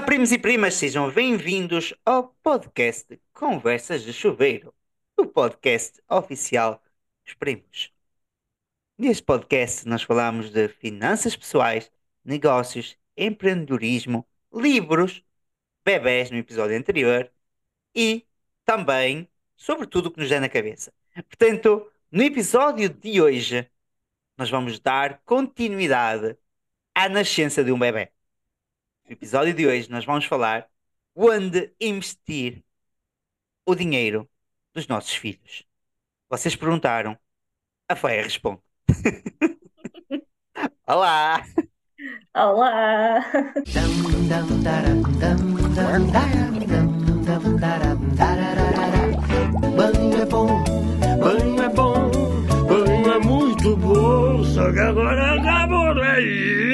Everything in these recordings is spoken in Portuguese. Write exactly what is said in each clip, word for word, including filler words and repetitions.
Olá, primos e primas, sejam bem-vindos ao podcast Conversas de Chuveiro, o podcast oficial dos primos. Neste podcast, nós falamos de finanças pessoais, negócios, empreendedorismo, livros, bebés no episódio anterior e também sobre tudo o que nos der na cabeça. Portanto, no episódio de hoje, nós vamos dar continuidade à nascença de um bebé. No episódio de hoje, nós vamos falar onde investir o dinheiro dos nossos filhos. Vocês perguntaram, a Feia responde. Olá! Olá! Banho é bom, banho é bom, banho é muito bom, só que agora acabou daí.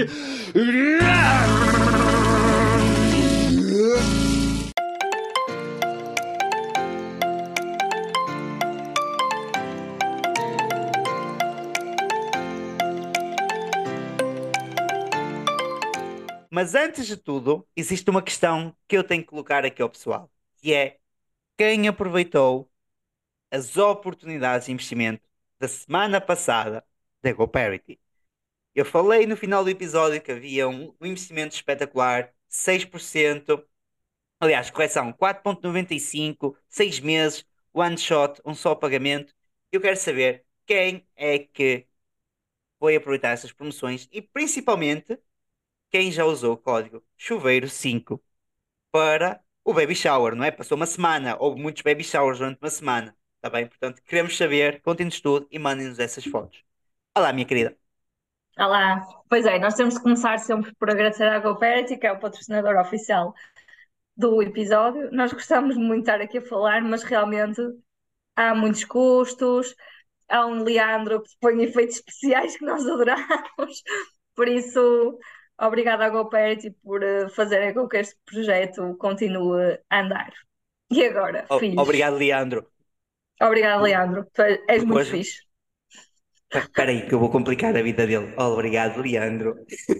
Mas antes de tudo, existe uma questão que eu tenho que colocar aqui ao pessoal, que é quem aproveitou as oportunidades de investimento da semana passada da GoParity. Eu falei no final do episódio que havia um, um investimento espetacular, seis por cento, aliás, correção, quatro vírgula noventa e cinco, seis meses, one shot, um só pagamento. Eu quero saber quem é que foi aproveitar essas promoções e principalmente quem já usou o código chuveiro cinco para o baby shower, não é? Passou uma semana, houve muitos baby showers durante uma semana, está bem? Portanto, queremos saber, contem-nos tudo e mandem-nos essas fotos. Olá, minha querida. Olá! Pois é, nós temos de começar sempre por agradecer à GoParity, que é o patrocinador oficial do episódio. Nós gostamos muito de estar aqui a falar, mas realmente há muitos custos, há um Leandro que põe efeitos especiais que nós adoramos. Por isso, obrigada à GoParity por eh, fazerem com que este projeto continue a andar. E agora, O- filhos? obrigado, Leandro. Obrigada, Leandro. Tu és és Porque muito hoje, fixe. espera aí que eu vou complicar a vida dele. Obrigado, Leandro.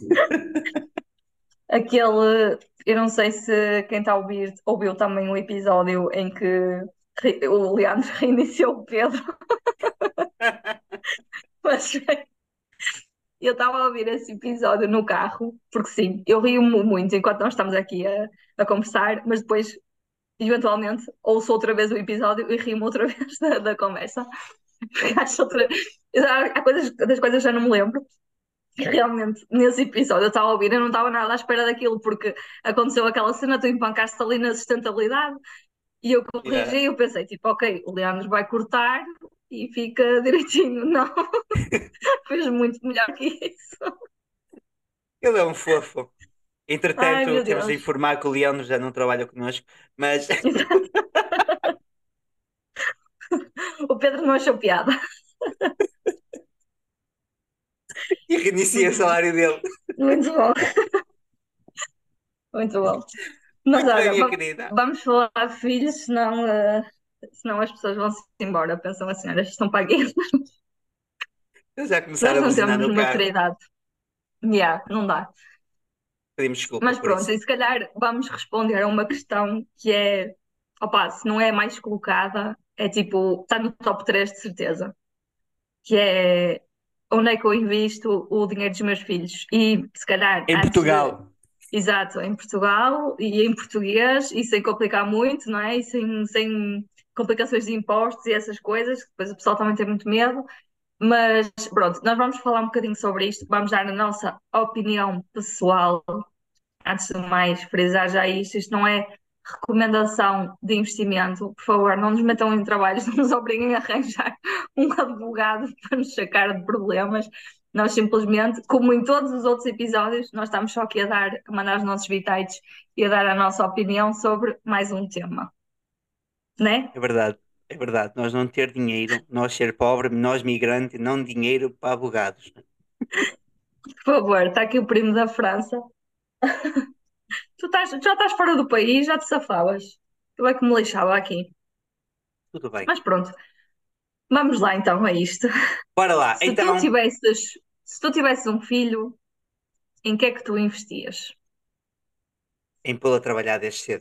Aquele, eu não sei se quem está a ouvir ouviu também o episódio em que re- o Leandro reiniciou o Pedro, mas eu estava a ouvir esse episódio no carro, porque sim, eu rio-me muito enquanto nós estamos aqui a, a conversar, mas depois, eventualmente, ouço outra vez o episódio e rio-me outra vez da, da conversa. Porque acho outra, há, há coisas, das coisas que já não me lembro. E realmente, nesse episódio, eu estava a ouvir, eu não estava nada à espera daquilo, porque aconteceu aquela cena, tu empancaste ali na sustentabilidade. E eu Yeah. corrigi, eu pensei, tipo, ok, o Leandro vai cortar e fica direitinho. Não, fez muito melhor que isso. Ele é um fofo. Ai, Entretanto, meu temos de Deus. informar que o Leandro já não trabalha connosco, mas O Pedro não achou piada. e reinicia o Muito bom, salário dele. muito bom, muito bom. Mas Muito bem, olha, minha va- querida. vamos falar de filhos, senão, eh, senão as pessoas vão-se embora. Pensam assim, olha, estão paguinhos. Eles já Nós começaram a não buzinar temos no carro. maturidade. Yeah, não dá. Pedimos desculpa Mas por pronto, isso. e se calhar vamos responder a uma questão que é, opá, se não é mais colocada, é tipo, está no top três de certeza, que é onde é que eu invisto o dinheiro dos meus filhos? E se calhar Em antes de, Portugal. exato, em Portugal e em português, e sem complicar muito, não é? E sem, sem complicações de impostos e essas coisas, que depois o pessoal também tem muito medo. Mas pronto, nós vamos falar um bocadinho sobre isto, vamos dar a nossa opinião pessoal. Antes de mais, frisar já isto, isto não é recomendação de investimento. Por favor, não nos metam em trabalhos, não nos obriguem a arranjar um advogado para nos sacar de problemas. Nós simplesmente, como em todos os outros episódios, nós estamos só aqui a dar, a mandar os nossos bitites e a dar a nossa opinião sobre mais um tema, né? É verdade. É verdade. Nós não ter dinheiro, nós ser pobre, nós migrante, não dinheiro para abogados. Por favor, está aqui o primo da França. Tu estás, já estás fora do país, já te safavas. Eu é que me lixava aqui. Tudo bem. Mas pronto, vamos lá então a isto. Bora lá. Se tu Então, tivesses, se tu tivesses um filho, em que é que tu investias? Em pô-lo a trabalhar desde cedo.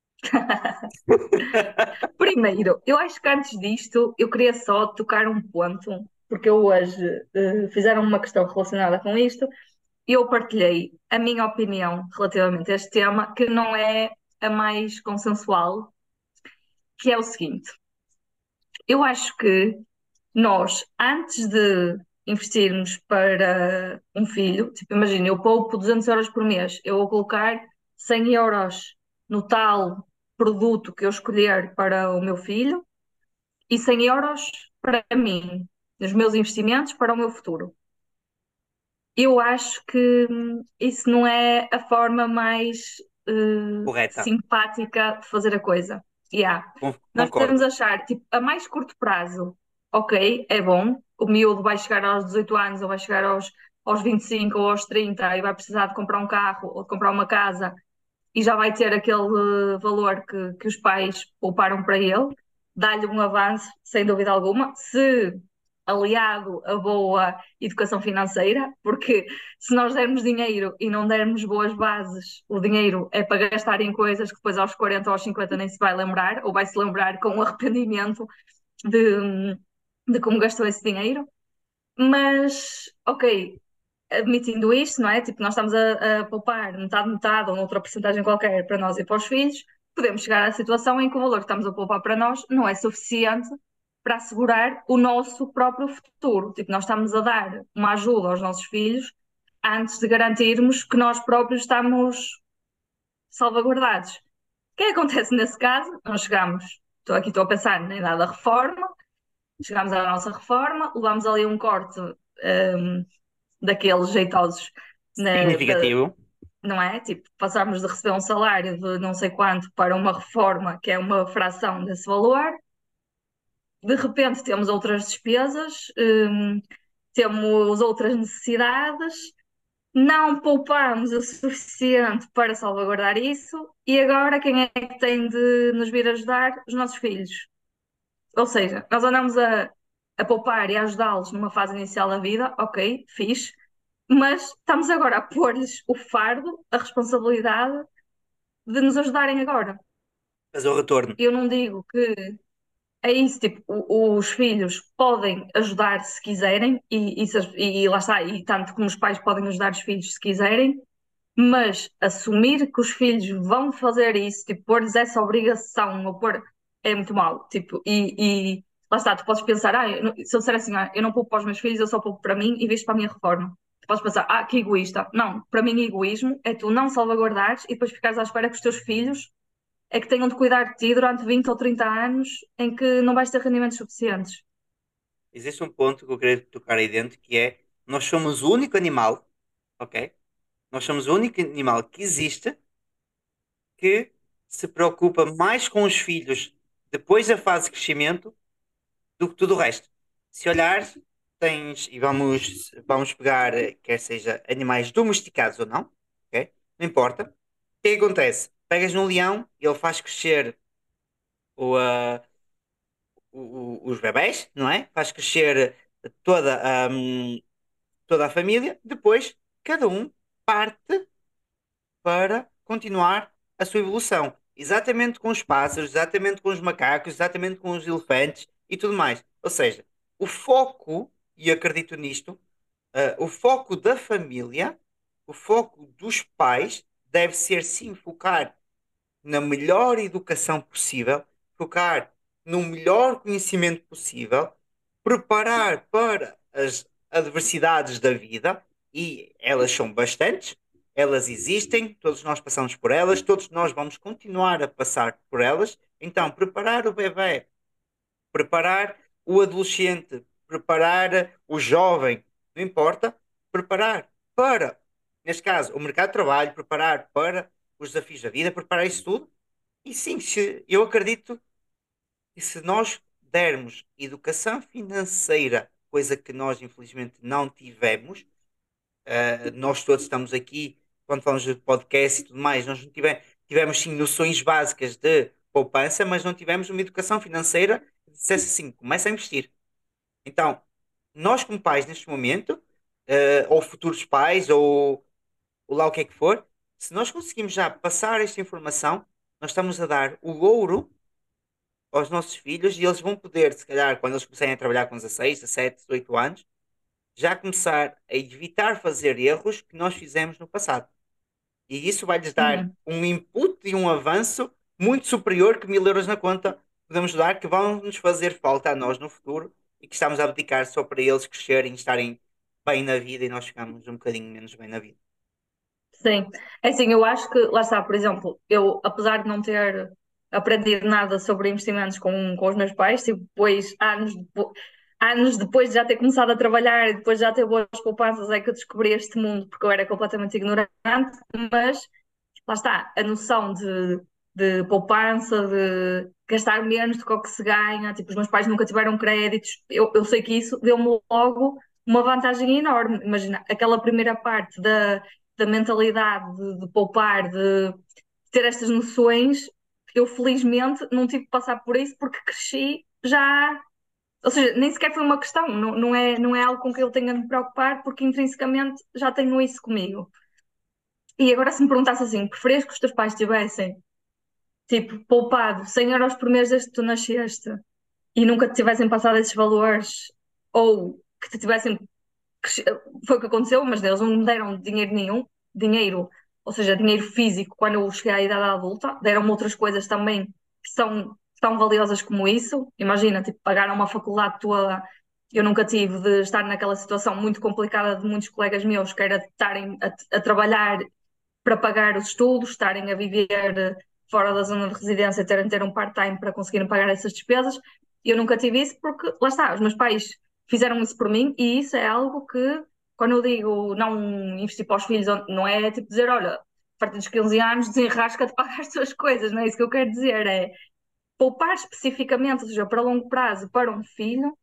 Primeiro, eu acho que antes disto eu queria só tocar um ponto, porque eu hoje eh, fizeram uma questão relacionada com isto e eu partilhei a minha opinião relativamente a este tema, que não é a mais consensual, que é o seguinte: eu acho que nós, antes de investirmos para um filho, tipo, imagina, eu poupo duzentos euros por mês, eu vou colocar cem euros no tal produto que eu escolher para o meu filho e cem euros para mim, nos meus investimentos para o meu futuro. Eu acho que hum, isso não é a forma mais eh, Correta. simpática de fazer a coisa. Yeah. Con- Nós podemos Concordo. achar, tipo, a mais curto prazo, ok, é bom, o miúdo vai chegar aos dezoito anos, ou vai chegar aos, aos vinte e cinco ou aos trinta e vai precisar de comprar um carro ou de comprar uma casa e já vai ter aquele eh, valor que, que os pais pouparam para ele, dá-lhe um avanço, sem dúvida alguma, se aliado a boa educação financeira, porque se nós dermos dinheiro e não dermos boas bases, o dinheiro é para gastar em coisas que depois aos quarenta ou aos cinquenta nem se vai lembrar, ou vai se lembrar com um arrependimento de, de como gastou esse dinheiro. Mas, ok, admitindo isto, não é? Tipo, nós estamos a, a poupar metade, metade ou outra porcentagem qualquer para nós e para os filhos, podemos chegar à situação em que o valor que estamos a poupar para nós não é suficiente para assegurar o nosso próprio futuro. Tipo, nós estamos a dar uma ajuda aos nossos filhos antes de garantirmos que nós próprios estamos salvaguardados. O que é que acontece nesse caso? Nós chegamos, estou aqui, estou a pensar na idade da reforma, chegamos à nossa reforma, levamos ali um corte hum, daqueles jeitosos na- da- Significativo. não é? Tipo, passarmos de receber um salário de não sei quanto para uma reforma que é uma fração desse valor. De repente temos outras despesas, hum, temos outras necessidades, não poupamos o suficiente para salvaguardar isso, e agora quem é que tem de nos vir ajudar? Os nossos filhos. Ou seja, nós andamos a, a poupar e a ajudá-los numa fase inicial da vida, ok, fixe, mas estamos agora a pôr-lhes o fardo, a responsabilidade de nos ajudarem agora. Mas o retorno. Eu não digo que é isso, tipo, o- os filhos podem ajudar se quiserem, e, e, se as- e lá está, e tanto como os pais podem ajudar os filhos se quiserem, mas assumir que os filhos vão fazer isso, tipo, pôr-lhes essa obrigação, ou pôr, é muito mau, tipo, e, e lá está, tu podes pensar, ah, eu não- se eu disser assim, ah, eu não poupo para os meus filhos, eu só poupo para mim e visto para a minha reforma. Tu podes pensar, ah, que egoísta. Não, para mim egoísmo é tu não salvaguardares e depois ficares à espera que os teus filhos é que tenham de cuidar de ti durante vinte ou trinta anos em que não vais ter rendimentos suficientes. Existe um ponto que eu queria tocar aí dentro que é: nós somos o único animal, ok? Nós somos o único animal que existe que se preocupa mais com os filhos depois da fase de crescimento do que tudo o resto. Se olhares, tens, e vamos, vamos pegar, eh, quer seja animais domesticados ou não, ok? Não importa. O que é que acontece? Pegas num leão e ele faz crescer o, ah, o- o- os bebés, não é? Faz crescer toda, ahm, toda a família. Depois, cada um parte para continuar a sua evolução. Exatamente com os pássaros, exatamente com os macacos, exatamente com os elefantes e tudo mais. Ou seja, o foco, e eu acredito nisto, ah, o foco da família, o foco dos pais, deve ser sim focar na melhor educação possível, focar no melhor conhecimento possível, preparar para as adversidades da vida, e elas são bastantes, elas existem, todos nós passamos por elas, todos nós vamos continuar a passar por elas. Então, preparar o bebê, preparar o adolescente, preparar o jovem, não importa, preparar para, neste caso, o mercado de trabalho, preparar para os desafios da vida, preparar isso tudo. E sim, se- eu acredito que se nós dermos educação financeira, coisa que nós infelizmente não tivemos, eh, nós todos estamos aqui, quando falamos de podcast e tudo mais, nós não tivemos, tivemos sim noções básicas de poupança, mas não tivemos uma educação financeira que dissesse assim, começa a investir. Então, nós como pais neste momento, eh, ou futuros pais, ou, ou lá o que é que for, Se nós conseguimos já passar esta informação, nós estamos a dar o ouro aos nossos filhos e eles vão poder, se calhar, quando eles começarem a trabalhar com dezasseis, dezassete, dezoito anos, já começar a evitar fazer erros que nós fizemos no passado. E isso vai-lhes dar Uhum. um input e um avanço muito superior que mil euros na conta podemos dar, que vão nos fazer falta a nós no futuro e que estamos a abdicar só para eles crescerem e estarem bem na vida e nós ficamos um bocadinho menos bem na vida. Sim, é assim, eu acho que, lá está, por exemplo, eu, apesar de não ter aprendido nada sobre investimentos com, com os meus pais, tipo, depois, anos, depo- anos depois de já ter começado a trabalhar e depois de já ter boas poupanças, é que eu descobri este mundo, porque eu era completamente ignorante, mas lá está, a noção de, de poupança, de gastar menos do que o que se ganha, tipo, os meus pais nunca tiveram créditos, eu, eu sei que isso deu-me logo uma vantagem enorme. Imagina, aquela primeira parte da, da mentalidade de, de poupar, de ter estas noções, eu felizmente não tive que passar por isso porque cresci já. Ou seja, nem sequer foi uma questão, não, não é, não é algo com que eu tenha de me preocupar, porque intrinsecamente já tenho isso comigo. E agora, se me perguntasse assim, preferias que os teus pais tivessem, tipo, poupado cem euros por mês desde que tu nasceste e nunca te tivessem passado esses valores, ou que te tivessem. que- Foi o que aconteceu, mas eles não me deram dinheiro nenhum, dinheiro, ou seja, dinheiro físico, quando eu cheguei à idade adulta, deram-me outras coisas também que são tão valiosas como isso. Imagina, tipo, pagar uma faculdade toda. Eu nunca tive de estar naquela situação muito complicada de muitos colegas meus, que era de estarem a, a trabalhar para pagar os estudos, estarem a viver fora da zona de residência, terem de ter um part-time para conseguirem pagar essas despesas. E eu nunca tive isso porque, lá está, os meus pais fizeram isso por mim e isso é algo que, quando eu digo não investir para os filhos, não é tipo dizer, olha, a partir dos quinze anos desenrasca de pagar as tuas coisas, não é isso que eu quero dizer, é poupar especificamente, ou seja, para longo prazo, para um filho,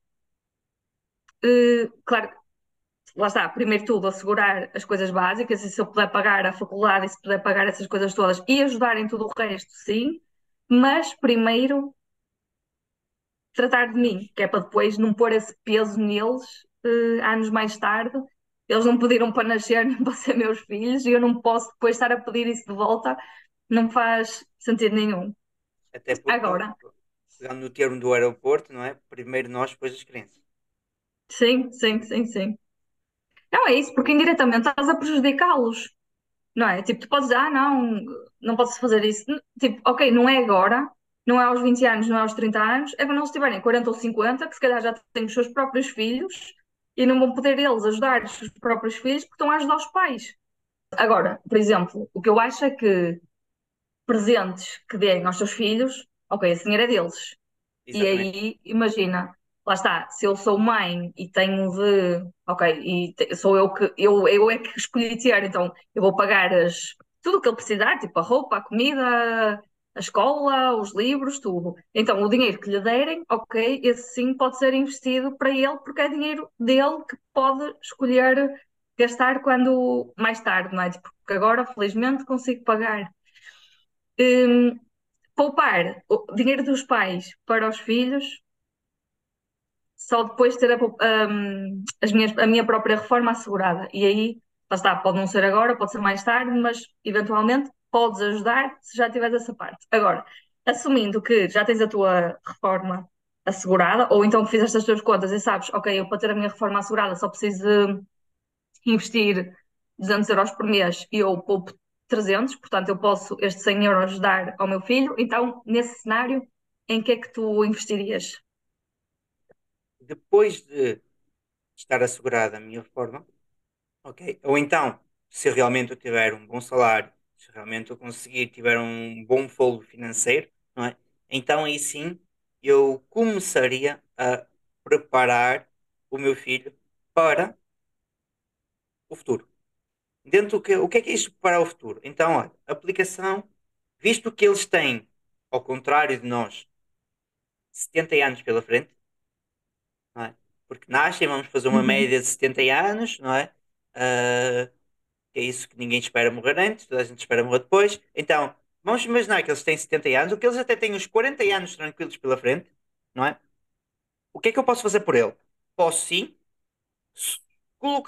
eh, claro, lá está, primeiro tudo, assegurar as coisas básicas, e se eu puder pagar a faculdade, e se puder pagar essas coisas todas e ajudar em tudo o resto, sim, mas primeiro tratar de mim, que é para depois não pôr esse peso neles, eh, anos mais tarde. Eles não pediram para nascer nem para ser meus filhos e eu não posso depois estar a pedir isso de volta, não faz sentido nenhum. Até porque, Agora, pegando no termo do aeroporto, não é? Primeiro nós, depois as crianças. sim, sim, sim, sim. Não é isso, porque indiretamente estás a prejudicá-los. Não é? Tipo, tu podes dizer, ah, não, não posso fazer isso. Tipo, ok, não é agora, não é aos vinte anos, não é aos trinta anos, é quando eles tiverem quarenta ou cinquenta, que se calhar já têm os seus próprios filhos e não vão poder eles ajudar os seus próprios filhos porque estão a ajudar os pais. Agora, por exemplo, o que eu acho é que presentes que deem aos seus filhos, ok, esse dinheiro é deles. E Exatamente. aí, imagina, lá está, se eu sou mãe e tenho de, ok, e te- sou eu que, eu, eu é que escolhi ter, então eu vou pagar as, tudo o que ele precisar, tipo a roupa, a comida, a escola, os livros, tudo. Então o dinheiro que lhe derem, ok, esse sim pode ser investido para ele, porque é dinheiro dele que pode escolher gastar quando mais tarde, não é? Tipo, porque agora, felizmente, consigo pagar. Hum, Poupar o dinheiro dos pais para os filhos só depois de ter a, pou- hum, as minhas- a minha própria reforma assegurada. E aí, lá está, pode não ser agora, pode ser mais tarde, mas eventualmente podes ajudar se já tiveres essa parte. Agora, assumindo que já tens a tua reforma assegurada, ou então que fizeste as tuas contas e sabes, ok, eu para ter a minha reforma assegurada só preciso de investir duzentos euros por mês e eu poupo trezentos, portanto eu posso estes cem euros dar ao meu filho. Então, nesse cenário, em que é que tu investirias? Depois de estar assegurada a minha reforma, ok? Ou então, se realmente eu tiver um bom salário, se realmente eu conseguir tiver um bom fôlego financeiro, não é? Então aí sim eu começaria a preparar o meu filho para o futuro. Dentro do que, o que é que é isto para o futuro? Então, olha, aplicação, visto que eles têm, ao contrário de nós, setenta anos pela frente, não é? Porque nascem, vamos fazer uma Uhum. média de setenta anos, não é? Ah, que é isso que ninguém espera morrer antes, toda a gente espera morrer depois. Então, vamos imaginar que eles têm setenta anos, ou que eles até têm uns quarenta anos tranquilos pela frente, não é? O que é que eu posso fazer por ele? Posso sim s- colocar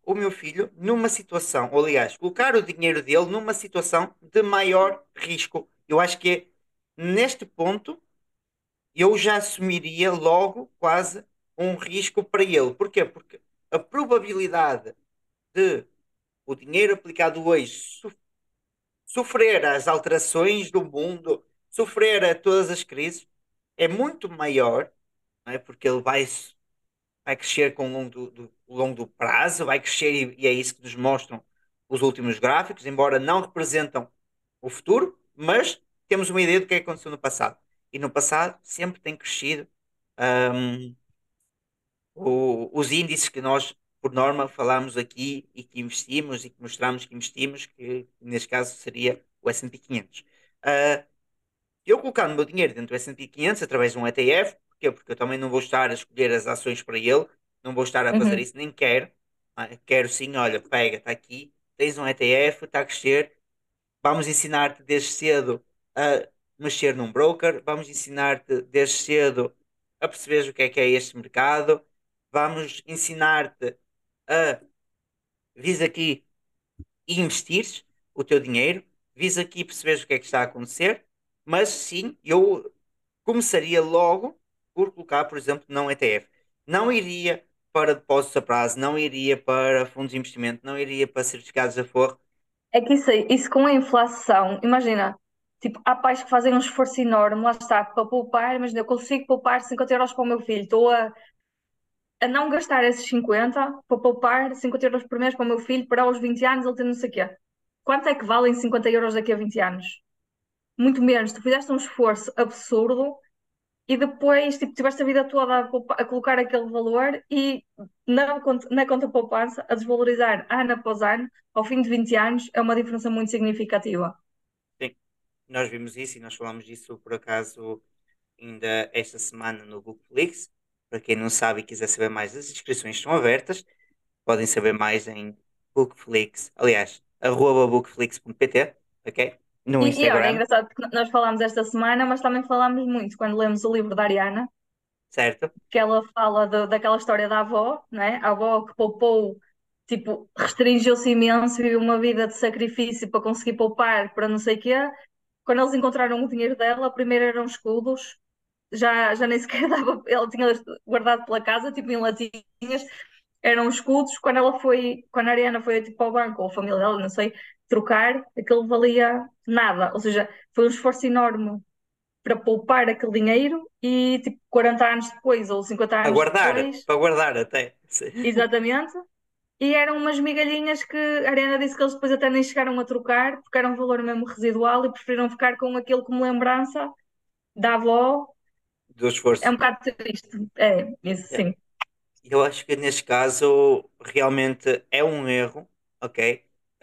o meu filho numa situação, ou aliás, colocar o dinheiro dele numa situação de maior risco. Eu acho que é, neste ponto eu já assumiria logo quase um risco para ele. Porquê? Porque a probabilidade de o dinheiro aplicado hoje so- sofrer as alterações do mundo, sofrer a todas as crises, é muito maior, não é? Porque ele vai, vai crescer com o longo do, do- o longo do prazo, vai crescer e, e é isso que nos mostram os últimos gráficos, embora não representam o futuro, mas temos uma ideia do que é que aconteceu no passado. E no passado sempre tem crescido. hum, o- os índices que nós, por norma, falamos aqui e que investimos e que mostramos que investimos, que neste caso seria o S e P quinhentos. Ah, eu colocando o meu dinheiro dentro do S e P quinhentos através de um E T F, porquê? Porque eu também não vou estar a escolher as ações para ele, não vou estar a fazer Uhum. isso, nem quero. Ah, quero sim, olha, pega, está aqui, tens um E T F, está a crescer, vamos ensinar-te desde cedo a mexer num broker, vamos ensinar-te desde cedo a perceberes o que é que é este mercado, vamos ensinar-te a vis aqui e investires o teu dinheiro, vis aqui perceberes o que é que está a acontecer, mas sim, eu começaria logo por colocar, por exemplo, não E T F. Não iria para depósitos a prazo, não iria para fundos de investimento, não iria para certificados a forro. É que isso, aí- isso com a inflação, imagina, tipo, há pais que fazem um esforço enorme, lá está, para poupar, imagina, eu consigo poupar cinquenta euros para o meu filho, estou a, a não gastar esses cinquenta para poupar cinquenta euros por mês para o meu filho, para aos vinte anos ele ter não sei o quê. Quanto é que valem cinquenta euros daqui a vinte anos? Muito menos, tu fizeste um esforço absurdo e depois, tipo, tiveste a vida toda a, poupa- a colocar aquele valor e na, conta- na conta poupança a desvalorizar ano após ano, ao fim de vinte anos, é uma diferença muito significativa. Sim, nós vimos isso e nós falamos disso por acaso ainda esta semana no Bookflix. Para quem não sabe e quiser saber mais, as inscrições estão abertas. Podem saber mais em Bookflix, aliás, arroba bookflix ponto pt, ok? No E, e olha, é Instagram, engraçado porque nós falámos esta semana, mas também falámos muito quando lemos o livro da Ariana, certo? que ela fala de- daquela história da avó, né? A avó que poupou, tipo, restringiu-se imenso, viveu uma vida de sacrifício para conseguir poupar para não sei o quê. Quando eles encontraram o dinheiro dela, primeiro eram escudos, já, já nem sequer dava, ela tinha guardado pela casa, tipo em latinhas, eram escudos. Quando ela foi, quando a Ariana foi tipo ao banco, ou a família dela, não sei, trocar, aquilo valia nada. Ou seja, foi um esforço enorme para poupar aquele dinheiro e tipo quarenta anos depois, ou cinquenta Para anos guardar, depois, para guardar até. Sim. exatamente. E eram umas migalhinhas que a Ariana disse que eles depois até nem chegaram a trocar, porque era um valor mesmo residual e preferiram ficar com aquilo como lembrança da avó. Do É um esforço. bocado triste. É, isso Yeah. sim. Eu acho que neste caso realmente é um erro, ok?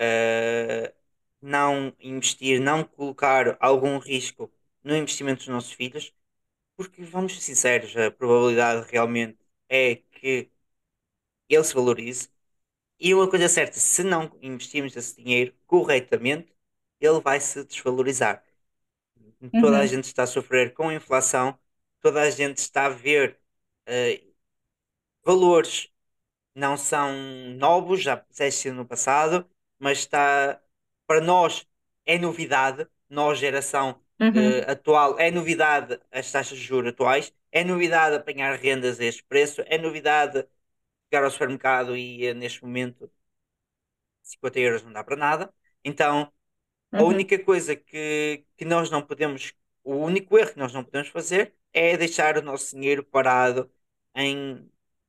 Uh, não investir, não colocar algum risco no investimento dos nossos filhos, porque vamos ser sinceros, a probabilidade realmente é que ele se valorize. E uma coisa certa, se não investirmos esse dinheiro corretamente, ele vai se desvalorizar. Toda a Uhum, gente está a sofrer com a inflação, toda a gente está a ver eh, valores não são novos, já existiram no passado, mas está para nós é novidade, nós, geração uhum, eh, atual, é novidade as taxas de juros atuais, é novidade apanhar rendas a este preço, é novidade chegar ao supermercado e eh, neste momento cinquenta euros não dá para nada. Então, a uhum, única coisa que, que nós não podemos, o único erro que nós não podemos fazer é deixar o nosso dinheiro parado em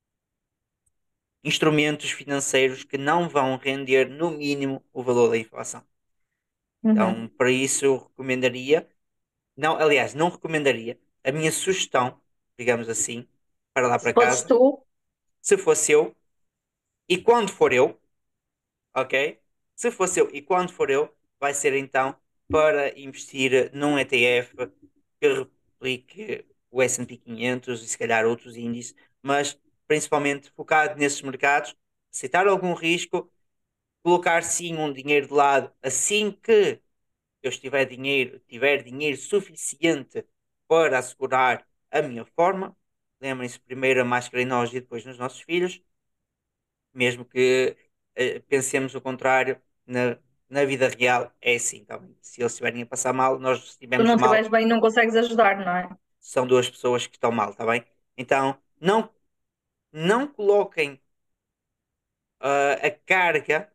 instrumentos financeiros que não vão render no mínimo o valor da inflação. Então, uhum. para isso eu recomendaria, não, aliás, não recomendaria, a minha sugestão, digamos assim, para lá Se para fosses casa, tu, se fosse eu, e quando for eu, ok? Se fosse eu e quando for eu, vai ser então para investir num E T F que replique o S e P quinhentos e se calhar outros índices, mas principalmente focado nesses mercados, aceitar algum risco, colocar sim um dinheiro de lado assim que eu estiver dinheiro, tiver dinheiro suficiente para assegurar a minha forma. Lembrem-se primeiro a máscara em nós e depois nos nossos filhos, mesmo que eh, pensemos o contrário, na, na vida real é assim também. Se eles estiverem a passar mal, nós Tu estivemos não mal, estiveres bem, não consegues ajudar, não é? são duas pessoas que estão mal, está bem? Então, não, não coloquem ah, a carga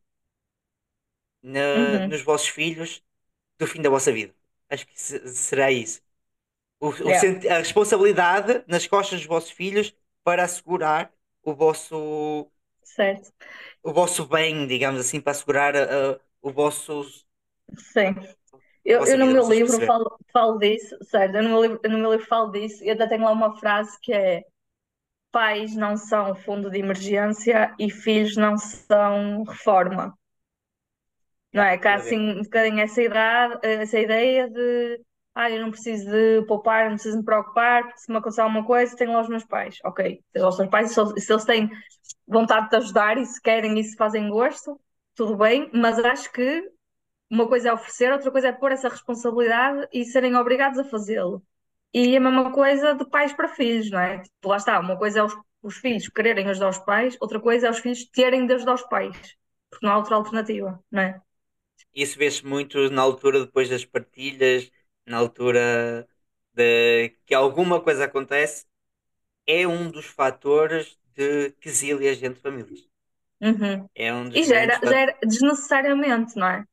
na- Uhum. nos vossos filhos do fim da vossa vida. Acho que se- será isso. O, o Yeah, senti- a responsabilidade nas costas dos vossos filhos para assegurar o vosso, certo. o vosso bem, digamos assim, para assegurar ah, o vosso, Sim. a Eu, vossa eu no vida, meu vocês livro perceberam. falo, falo disso, certo? Eu no meu livro, eu no meu livro falo disso e até tenho lá uma frase que é: pais não são fundo de emergência e filhos não são reforma. Não Yeah, é? Que há tudo a assim ver. um bocadinho essa ideia, essa ideia de ah, eu não preciso de poupar, não preciso me preocupar, porque se me acontecer alguma coisa, tenho lá os meus pais. Ok, tenho lá os meus pais, se eles se eles têm vontade de ajudar e se querem e se fazem gosto, tudo bem, mas acho que uma coisa é oferecer, outra coisa é pôr essa responsabilidade e serem obrigados a fazê-lo. E a mesma coisa de pais para filhos, não é? Tipo, lá está, uma coisa é os, os filhos quererem ajudar os pais, outra coisa é os filhos terem de ajudar os pais, porque não há outra alternativa, não é? Isso vê-se muito na altura depois das partilhas, na altura de que alguma coisa acontece, é um dos fatores de quesílias entre famílias. Uhum. É um dos E já grandes era, já fatores. era desnecessariamente, não é?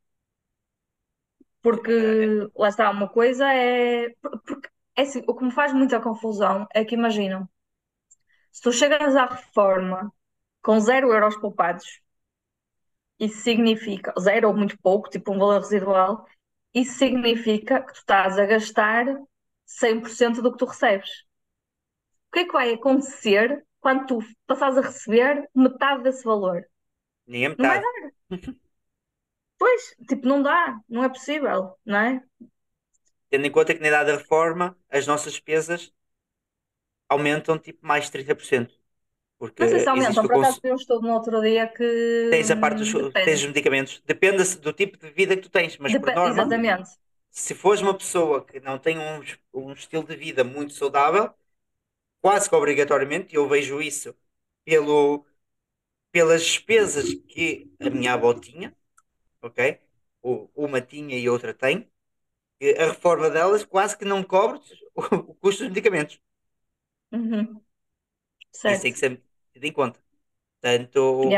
Porque lá está, uma coisa é. por- Porque é assim, o que me faz muita confusão é que imaginam, se tu chegas à reforma com zero euros poupados, isso significa, zero ou muito pouco, tipo um valor residual, isso significa que tu estás a gastar cem por cento do que tu recebes. O que é que vai acontecer quando tu passares a receber metade desse valor? Nem a Não vai metade. dar. Pois, tipo, não dá, não é possível, não é? Tendo em conta que na idade da reforma as nossas despesas aumentam tipo mais trinta por cento. Não sei Porque se aumentam, existe o por acaso cons... vi um estudo no outro dia que tens a parte dos hum, tens depende. os medicamentos. Depende do tipo de vida que tu tens, mas por Depe- norma, exatamente. se fores uma pessoa que não tem um, um estilo de vida muito saudável, quase que obrigatoriamente, e eu vejo isso pelo, pelas despesas que a minha avó tinha, ok? O- Uma tinha e outra tem, e a reforma delas quase que não cobre o, o custo dos medicamentos. Uhum, Isso tem certo. que ser tido em conta. Portanto, Yeah.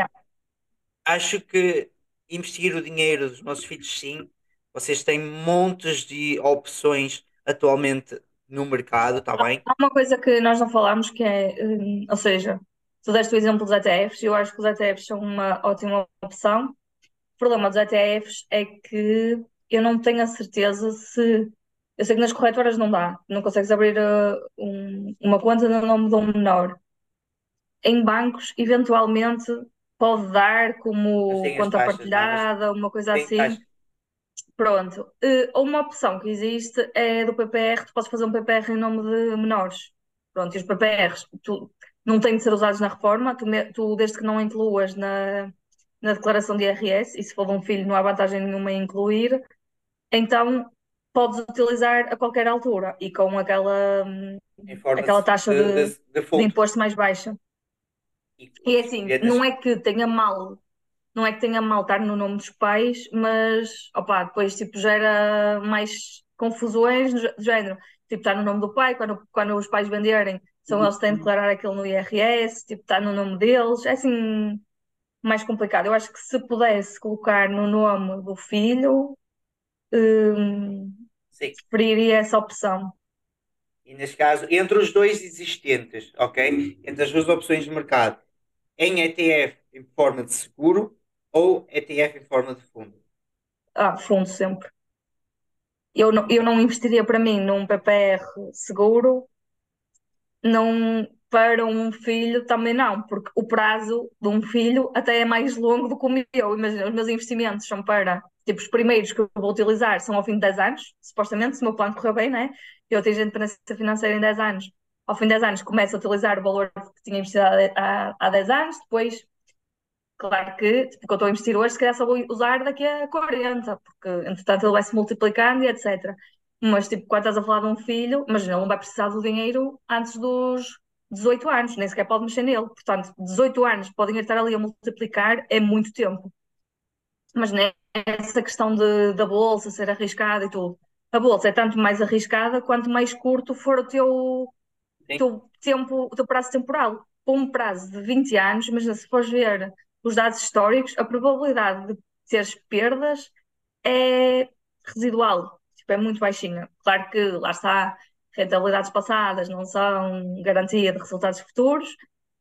acho que investir o dinheiro dos nossos filhos, sim. Vocês têm montes de opções atualmente no mercado, está bem? Há uma coisa que nós não falámos que é, hum, ou seja, tu deste o exemplo dos E T Fs, eu acho que os E T Fs são uma ótima opção. O problema dos E T Fs é que eu não tenho a certeza se. Eu sei que nas corretoras não dá, não consegues abrir uh, um- uma conta no nome de um menor. Em bancos, eventualmente, pode dar Mas como têm as conta taxas, não, mas partilhada, uma coisa tem assim. taxas. Pronto. Eh, uma opção que existe é do P P R, tu podes fazer um P P R em nome de menores. Pronto, e os P P Rs tu, não têm de ser usados na reforma, tu, me- tu, desde que não incluas na, na declaração de I R S, e se for de um filho não há vantagem nenhuma em incluir, então podes utilizar a qualquer altura e com aquela, hum, Em forma aquela taxa de, de, de, de de fuldo. imposto mais baixa. E, E é e assim, escolheres, não é que tenha mal, não é que tenha mal estar no nome dos pais, mas opá, depois tipo, gera mais confusões do gé- do género. Tipo, está no nome do pai, quando, quando os pais venderem, são eles que têm de declarar aquilo no I R S, tipo, está no nome deles, é assim mais complicado. Eu acho que se pudesse colocar no nome do filho, hum, sim. preferiria essa opção. E neste caso, entre os dois existentes, ok? Entre as duas opções de mercado, em E T F em forma de seguro ou E T F em forma de fundo. Ah, fundo sempre. Eu não, eu não investiria para mim num P P R seguro. Não, para um filho também não, porque o prazo de um filho até é mais longo do que o meu. Imagina, os meus investimentos são para, tipo, os primeiros que eu vou utilizar são ao fim de dez anos, supostamente, se o meu plano correr bem, né? Eu atingo a independência financeira em dez anos. Ao fim de dez anos começo a utilizar o valor que tinha investido há, há, há dez anos, depois, claro que, tipo, o que eu estou a investir hoje, se calhar só vou usar daqui a quarenta, porque entretanto ele vai se multiplicando e etcétera. Mas, tipo, quando estás a falar de um filho, imagina, ele não vai precisar do dinheiro antes dos dezoito anos, nem sequer pode mexer nele. Portanto, dezoito anos para o dinheiro estar ali a multiplicar é muito tempo. Mas nessa questão de, da bolsa ser arriscada e tudo, a bolsa é tanto mais arriscada quanto mais curto for o teu, Sim. teu tempo, o teu prazo temporal. Para um prazo de vinte anos, imagina, se fores ver os dados históricos, a probabilidade de teres perdas é residual, tipo, é muito baixinha. Claro que lá está, rentabilidades passadas não são garantia de resultados futuros,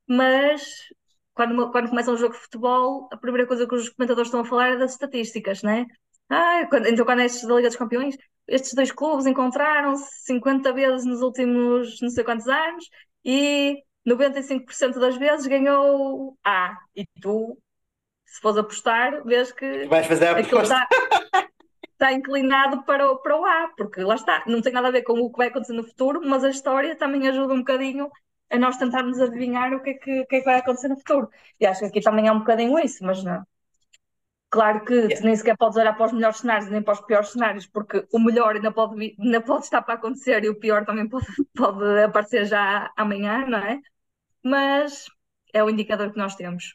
mas quando, quando começa um jogo de futebol, a primeira coisa que os comentadores estão a falar é das estatísticas, né? Ah, quando- então quando é estes da Liga dos Campeões, estes dois clubes encontraram-se cinquenta vezes nos últimos não sei quantos anos e noventa e cinco por cento das vezes ganhou A. E tu, se fores apostar, vês E tu que vais fazer a aquilo aposta. está está inclinado para o, para o A, porque lá está, não tem nada a ver com o que vai acontecer no futuro, mas a história também ajuda um bocadinho a nós tentarmos adivinhar o que é que, o que é que vai acontecer no futuro. E acho que aqui também é um bocadinho isso, mas não. Claro que Yeah. tu nem sequer podes olhar para os melhores cenários nem para os piores cenários, porque o melhor ainda pode, vir- ainda pode estar para acontecer e o pior também pode, pode aparecer já amanhã, não é? Mas é o indicador que nós temos.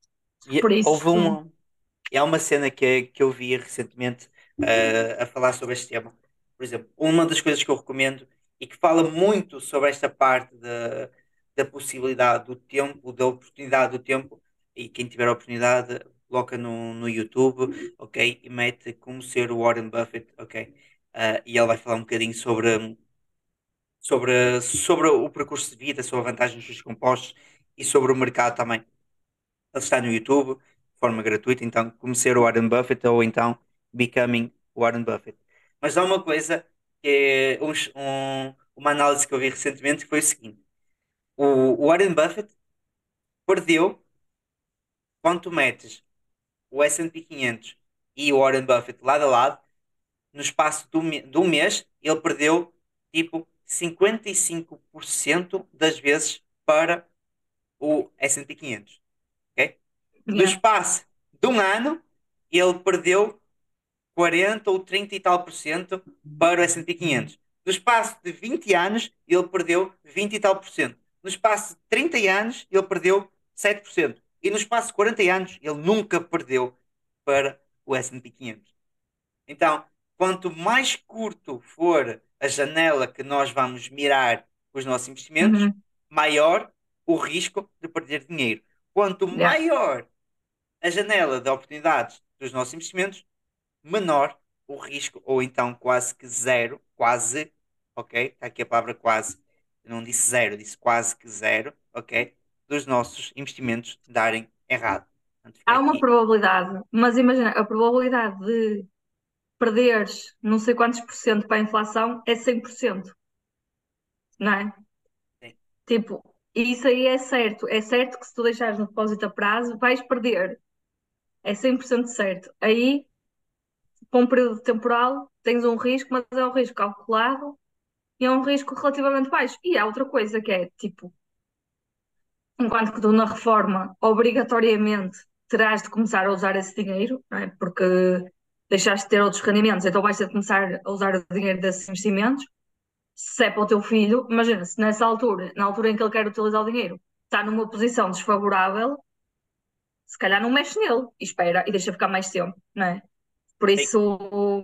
E Por isso, houve um, e há uma cena que, que eu vi recentemente eh, a falar sobre este tema. Por exemplo, uma das coisas que eu recomendo e que fala muito sobre esta parte da, da possibilidade do tempo, da oportunidade do tempo, e quem tiver a oportunidade, coloca no, no YouTube, ok? E mete como ser o Warren Buffett, ok? Eh, e ele vai falar um bocadinho sobre, sobre, sobre o percurso de vida, sobre a vantagem dos juros compostos e sobre o mercado também. Ele está no YouTube, de forma gratuita, então como ser o Warren Buffett ou então Becoming Warren Buffett. Mas há uma coisa que é um- um- uma análise que eu vi recentemente que foi o seguinte: o, o Warren Buffett perdeu quando tu metes o S and P quinhentos e o Warren Buffett lado a lado, no espaço de um, me- de um mês, ele perdeu tipo cinquenta e cinco por cento das vezes para o S and P quinhentos. Ok? No yeah, espaço de um ano, ele perdeu quarenta ou trinta e tal por cento para o S and P quinhentos. No espaço de vinte anos, ele perdeu vinte e tal por cento. No espaço de trinta anos, ele perdeu sete por cento. E no espaço de quarenta anos, ele nunca perdeu para o S and P quinhentos. Então, quanto mais curto for a janela que nós vamos mirar os nossos investimentos, uhum, maior o risco de perder dinheiro. Quanto yeah. maior a janela de oportunidades dos nossos investimentos, menor o risco, ou então quase que zero, quase, ok? Está aqui a palavra quase. Eu não disse zero, disse quase que zero, ok? Dos nossos investimentos darem errado. Portanto, fica Há uma aqui. probabilidade, mas imagina, a probabilidade de perderes não sei quantos por cento para a inflação é cem por cento, não é? Sim. Tipo, isso aí é certo. É certo que se tu deixares no depósito a prazo, vais perder. É cem por cento certo. Aí, para um período temporal, tens um risco, mas é um risco calculado e é um risco relativamente baixo. E há outra coisa que é, tipo, enquanto que tu na reforma, obrigatoriamente, terás de começar a usar esse dinheiro, não é? Porque deixaste de ter outros rendimentos, então vais ter de começar a usar o dinheiro desses investimentos. Se é para o teu filho, imagina, se nessa altura, na altura em que ele quer utilizar o dinheiro, está numa posição desfavorável, se calhar não mexe nele e espera e deixa ficar mais tempo, não é? Por Sim. isso,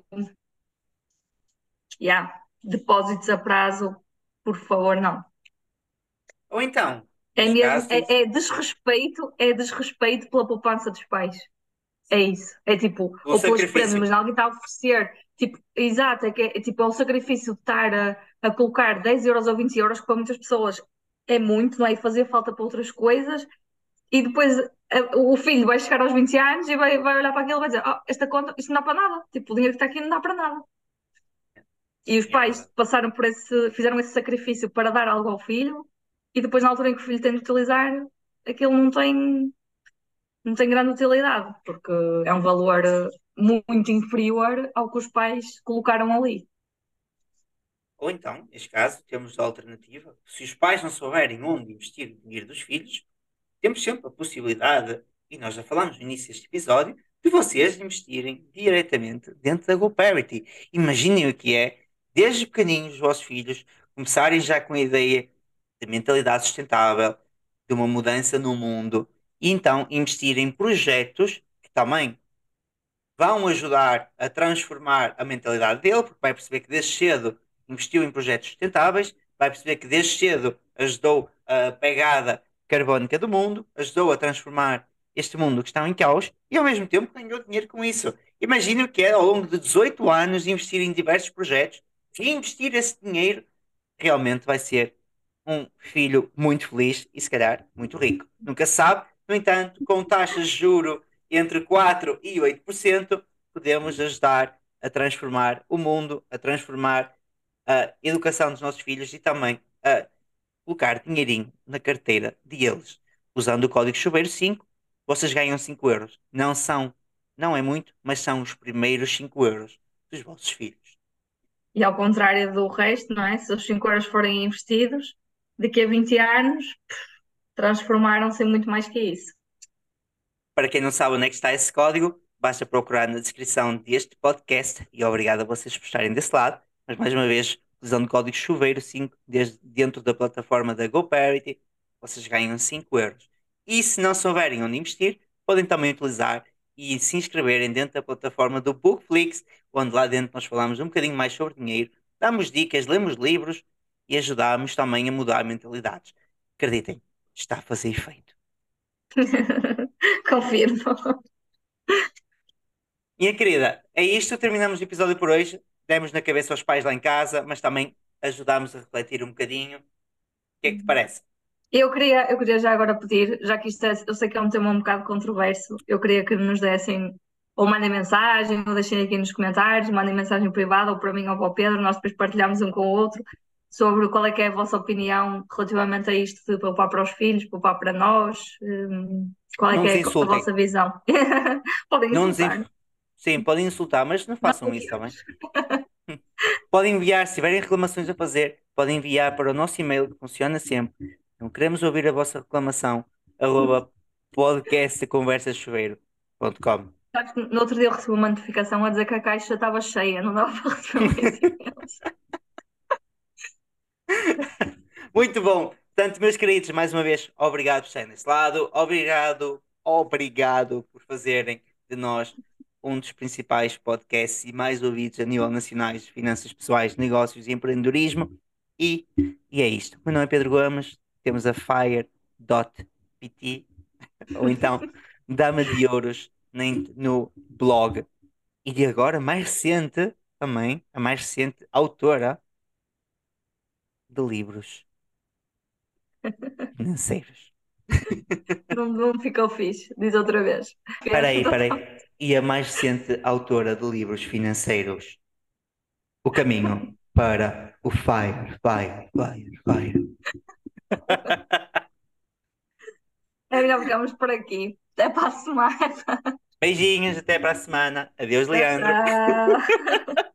yeah, depósitos a prazo, por favor, não. Ou então, É neste mesmo, caso, temos. é, é desrespeito, é desrespeito pela poupança dos pais. É isso. É tipo, O ou pelos prémios, sacrifício. mas alguém está a oferecer, tipo, exato, é que é, é tipo, é o sacrifício de estar a, a colocar dez euros ou vinte euros, que para muitas pessoas é muito, não é? E fazer falta para outras coisas, e depois a- o filho vai chegar aos vinte anos e vai, vai olhar para aquilo e vai dizer, oh, esta conta, isto não dá para nada, tipo, o dinheiro que está aqui não dá para nada. E os Sim, é pais verdade. passaram por esse, fizeram esse sacrifício para dar algo ao filho, e depois na altura em que o filho tem de utilizar, aquilo não tem não tem grande utilidade, porque é um valor eh, muito inferior ao que os pais colocaram ali. Ou então, neste caso, temos a alternativa. Se os pais não souberem onde investir o dinheiro dos filhos, temos sempre a possibilidade, e nós já falámos no início deste episódio, de vocês investirem diretamente dentro da GoParity. Imaginem o que é, desde pequeninos, os vossos filhos começarem já com a ideia. de mentalidade sustentável, de uma mudança no mundo, e então investir em projetos que também vão ajudar a transformar a mentalidade dele, porque vai perceber que desde cedo investiu em projetos sustentáveis, vai perceber que desde cedo ajudou a pegada carbónica do mundo, ajudou a transformar este mundo que está em caos e ao mesmo tempo ganhou dinheiro com isso. Imagine o que é ao longo de dezoito anos investir em diversos projetos e investir esse dinheiro realmente vai ser um filho muito feliz e se calhar muito rico. Nunca se sabe, no entanto, com taxas de juro entre quatro e oito por cento, podemos ajudar a transformar o mundo, a transformar a educação dos nossos filhos e também a colocar dinheirinho na carteira deles. Usando o código chuveiro cinco, vocês ganham cinco euros. Não são, não é muito, mas são os primeiros cinco euros dos vossos filhos. E ao contrário do resto, não é? Se os cinco euros forem investidos, daqui a vinte anos transformaram-se em muito mais que isso. Para quem não sabe onde é que está esse código, basta procurar na descrição deste podcast e obrigado a vocês por estarem desse lado. Mas mais uma vez, usando o código chuveiro cinco desde dentro da plataforma da GoParity, vocês ganham cinco euros. E se não souberem onde investir, podem também utilizar e se inscreverem dentro da plataforma do Bookflix, onde lá dentro nós falamos um bocadinho mais sobre dinheiro, damos dicas, lemos livros e ajudamos também a mudar mentalidades. Acreditem, está a fazer efeito. Confirmo. Minha querida, é isto. Terminamos o episódio por hoje. Demos na cabeça aos pais lá em casa, mas também ajudámos a refletir um bocadinho. O que é que te parece? Eu queria, eu queria já agora pedir, já que isto é, eu sei que é um tema um bocado controverso, eu queria que nos dessem, ou mandem mensagem, ou deixem aqui nos comentários, mandem mensagem privada, ou para mim ou para o Pedro, nós depois partilhamos um com o outro, sobre qual é que é a vossa opinião relativamente a isto de poupar para os filhos, poupar para nós, hum, qual é Não que nos é a insultem. vossa visão. Podem Não nos insultar, inf... Sim, podem insultar, mas não não façam isso, está bem? bloqueamos. Podem enviar, se tiverem reclamações a fazer, podem enviar para o nosso e-mail, que funciona sempre. Não queremos ouvir a vossa reclamação. Arroba podcastconversachuveiro ponto com. Sabes que no outro dia eu recebi uma notificação a dizer que a caixa estava cheia, não dava para receber mais e-mails. Muito bom. Portanto, meus queridos, mais uma vez, obrigado por estarem desse lado. Obrigado, obrigado por fazerem de nós um dos principais podcasts e mais ouvidos a nível nacional de finanças pessoais, negócios e empreendedorismo. E, e é isto. O meu nome é Pedro Gomes, temos a Fire dot P T, ou então Dama de Ouros nem- no blog. E de agora, mais recente, também, a mais recente autora de livros financeiros. Não, não ficou fixe, diz outra vez. Peraí, Então, peraí. E a mais recente autora de livros financeiros, O Caminho para o Fire, Fire, Fire, Fire. é melhor ficarmos por aqui. Até para a semana. Beijinhos, até para a semana. Adeus, Tchau, Leandro. tchau.